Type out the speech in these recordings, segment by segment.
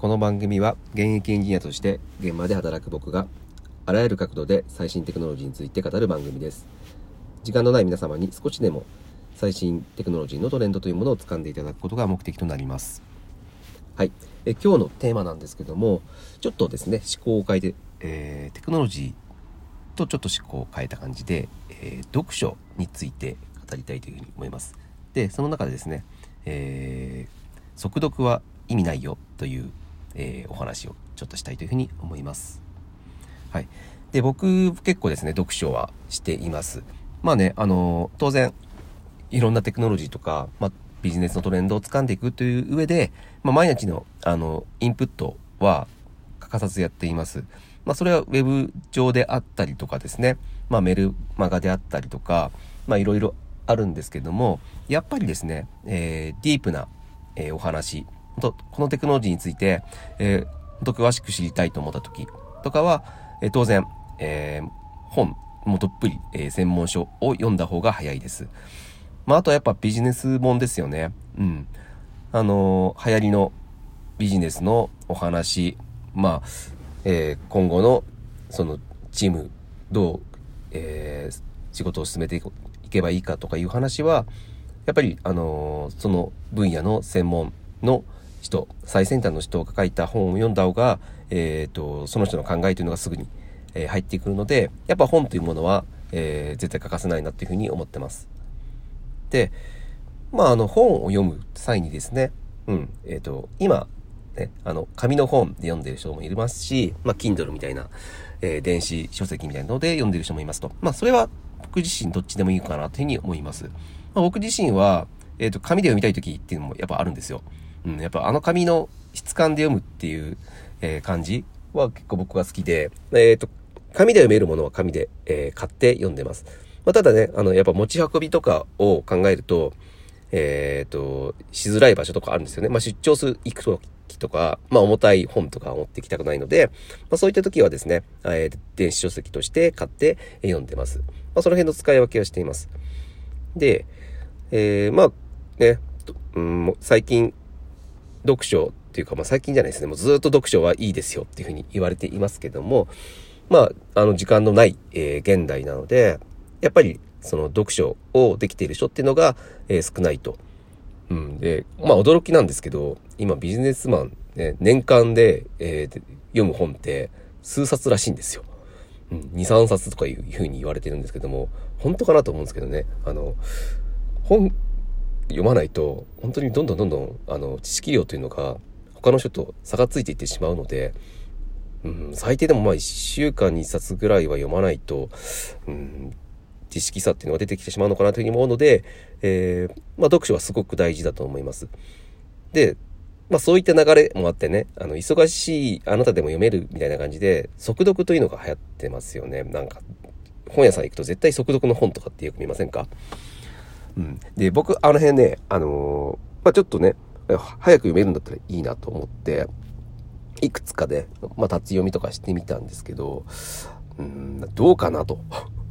この番組は現役エンジニアとして現場で働く僕があらゆる角度で最新テクノロジーについて語る番組です。時間のない皆様に少しでも最新テクノロジーのトレンドというものを掴んでいただくことが目的となります。はい、今日のテーマなんですけども、ちょっとですね思考を変えて、テクノロジーとちょっと思考を変えた感じで、読書について語りたいというふうに思います。でその中でですね、速読は意味ないよという、お話をちょっとしたいというふうに思います。はい。で僕結構ですね読書はしています。まあね当然いろんなテクノロジーとか、ビジネスのトレンドを掴んでいくという上で、毎日のインプットは欠かさずやっています。それはウェブ上であったりとかですね、メルマガであったりとか、いろいろあるんですけども、やっぱりですね、ディープな、お話、このテクノロジーについて、詳しく知りたいと思った時とかは、当然、本もどっぷり、専門書を読んだ方が早いです。あとはやっぱビジネス本ですよね。流行りのビジネスのお話、今後のそのチームどう、仕事を進めていけばいいかとかいう話はやっぱりその分野の専門の人、最先端の人が書いた本を読んだ方が、その人の考えというのがすぐに、入ってくるので、やっぱ本というものは、絶対欠かせないなというふうに思ってます。で、本を読む際にですね、今ね、紙の本で読んでる人もいますし、Kindle みたいな、電子書籍みたいなので読んでる人もいますと。それは僕自身どっちでもいいかなというふうに思います。僕自身は、紙で読みたい時っていうのもやっぱあるんですよ。やっぱ紙の質感で読むっていう、感じは結構僕は好きで、紙で読めるものは紙で、買って読んでます。ただね、やっぱ持ち運びとかを考えると、しづらい場所とかあるんですよね。出張行く時とか、重たい本とか持ってきたくないので、そういった時はですね、電子書籍として買って読んでます。その辺の使い分けをしています。で、最近、読書っていうか、最近じゃないですね、もうずっと読書はいいですよっていうふうに言われていますけども、時間のない、現代なので、やっぱりその読書をできている人っていうのが、少ないと。で、驚きなんですけど、今ビジネスマン、ね、年間で、読む本って数冊らしいんですよ。2、3冊とかいうふうに言われてるんですけども、本当かなと思うんですけどね。本読まないと本当にどんどん知識量というのが他の人と差がついていってしまうので、最低でも1週間に1冊ぐらいは読まないと、知識差っていうのが出てきてしまうのかなというふうに思うので、読書はすごく大事だと思います。で、そういった流れもあってね、忙しいあなたでも読めるみたいな感じで速読というのが流行ってますよね。なんか本屋さん行くと絶対速読の本とかってよく見ませんか？で僕辺ねちょっとね早く読めるんだったらいいなと思っていくつかで、立ち読みとかしてみたんですけど、どうかなと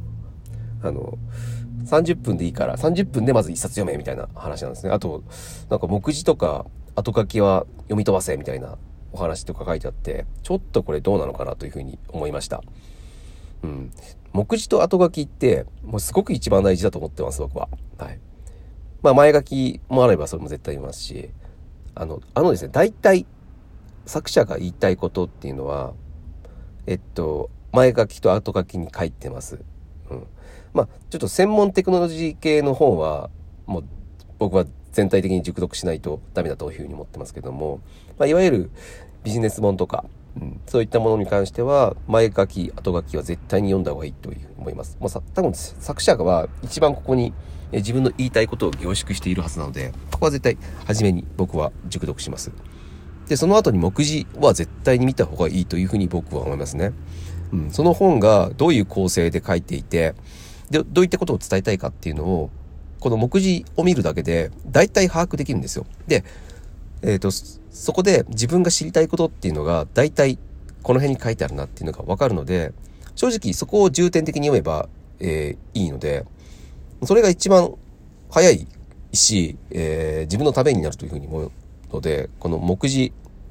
30分でいいから30分でまず一冊読めみたいな話なんですね。あとなんか目次とか後書きは読み飛ばせみたいなお話とか書いてあって、ちょっとこれどうなのかなというふうに思いました。目次と後書きってもうすごく一番大事だと思ってます、僕は。はい。前書きもあればそれも絶対言いますし、ですね、大体作者が言いたいことっていうのは前書きと後書きに書いてます。ちょっと専門テクノロジー系の本はもう僕は全体的に熟読しないとダメだというふうに思ってますけども、いわゆるビジネス本とか、そういったものに関しては前書き後書きは絶対に読んだ方がいいというふうに思います。多分作者は一番ここに自分の言いたいことを凝縮しているはずなので、ここは絶対初めに僕は熟読します。でその後に目次は絶対に見た方がいいというふうに僕は思いますね。その本がどういう構成で書いていて、でどういったことを伝えたいかっていうのをこの目次を見るだけで大体把握できるんですよ。で、そこで自分が知りたいことっていうのが大体この辺に書いてあるなっていうのが分かるので、正直そこを重点的に読めば、いいので、それが一番早いし、自分のためになるというふうに思うので、この目次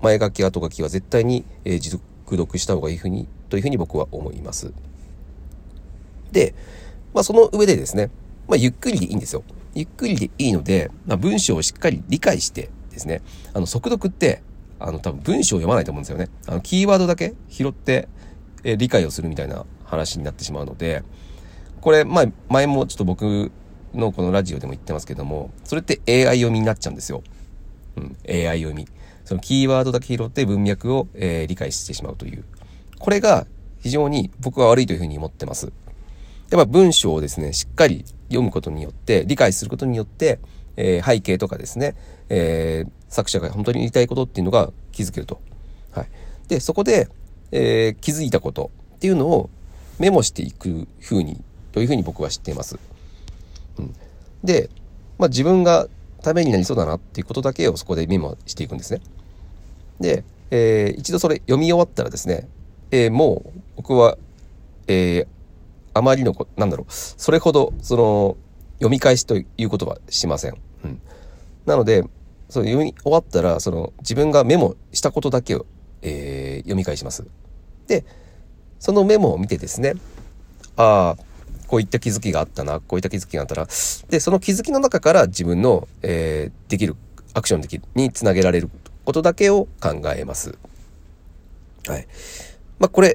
前書き後書きは絶対に、熟読した方がいいというふうに僕は思います。で、その上でですね、ゆっくりでいいんですよ。ゆっくりでいいので、文章をしっかり理解してですね、速読って多分文章を読まないと思うんですよね。キーワードだけ拾って、理解をするみたいな話になってしまうので、これ、前もちょっと僕のこのラジオでも言ってますけども、それって AI 読みになっちゃうんですよ。AI 読み。そのキーワードだけ拾って文脈を、理解してしまうという。これが非常に僕は悪いというふうに思ってます。やっぱ文章をですね、しっかり読むことによって、理解することによって、背景とかですね、作者が本当に言いたいことっていうのが気づけると。はい。で、そこで、気づいたことっていうのをメモしていくというふうに僕は知っています。で、自分がためになりそうだなっていうことだけをそこでメモしていくんですね。で、一度それ読み終わったらですね、もう僕は、あまりのそれほど読み返しということはしません。なので読み終わったら自分がメモしたことだけを、読み返します。で、そのメモを見てですね、こういった気づきがあったな、こういった気づきがあったら、でその気づきの中から自分の、できるアクションにつなげられることだけを考えます。はい。これ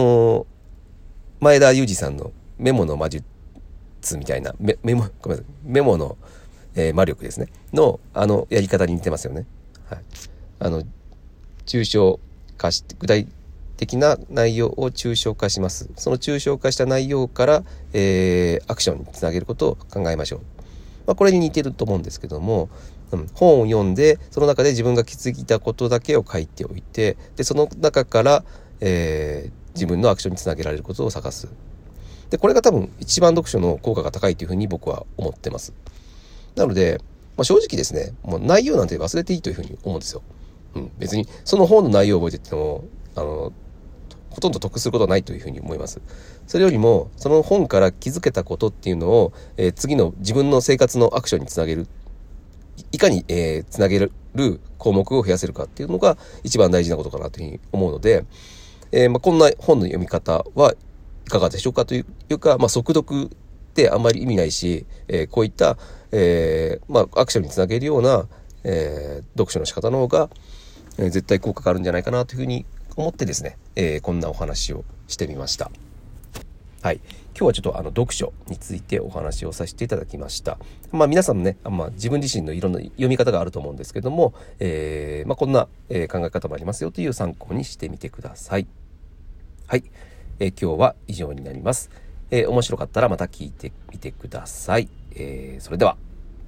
前田裕二さんのメモの魔術みたいなメモの、魔力ですねのやり方に似てますよね。はい。抽象化して具体的な内容を抽象化します。その抽象化した内容から、アクションにつなげることを考えましょう。これに似てると思うんですけども、本を読んでその中で自分が気づいたことだけを書いておいて、でその中から、自分のアクションにつなげられることを探す。でこれが多分一番読書の効果が高いというふうに僕は思ってます。なので、正直ですね、もう内容なんて忘れていいというふうに思うんですよ。別にその本の内容を覚えててもほとんど得することはないというふうに思います。それよりもその本から気づけたことっていうのを、次の自分の生活のアクションにつなげる、いかに、つなげる項目を増やせるかっていうのが一番大事なことかなというふうに思うので、こんな本の読み方はいかがでしょうかというか、速読ってあんまり意味ないし、こういった、アクションにつなげるような、読書の仕方の方が、絶対効果があるんじゃないかなというふうに思ってですね、こんなお話をしてみました。はい。今日はちょっと読書についてお話をさせていただきました。皆さんもね、自分自身のいろんな読み方があると思うんですけども、こんな、考え方もありますよという参考にしてみてください。はい。今日は以上になります。面白かったらまた聞いてみてください。それでは。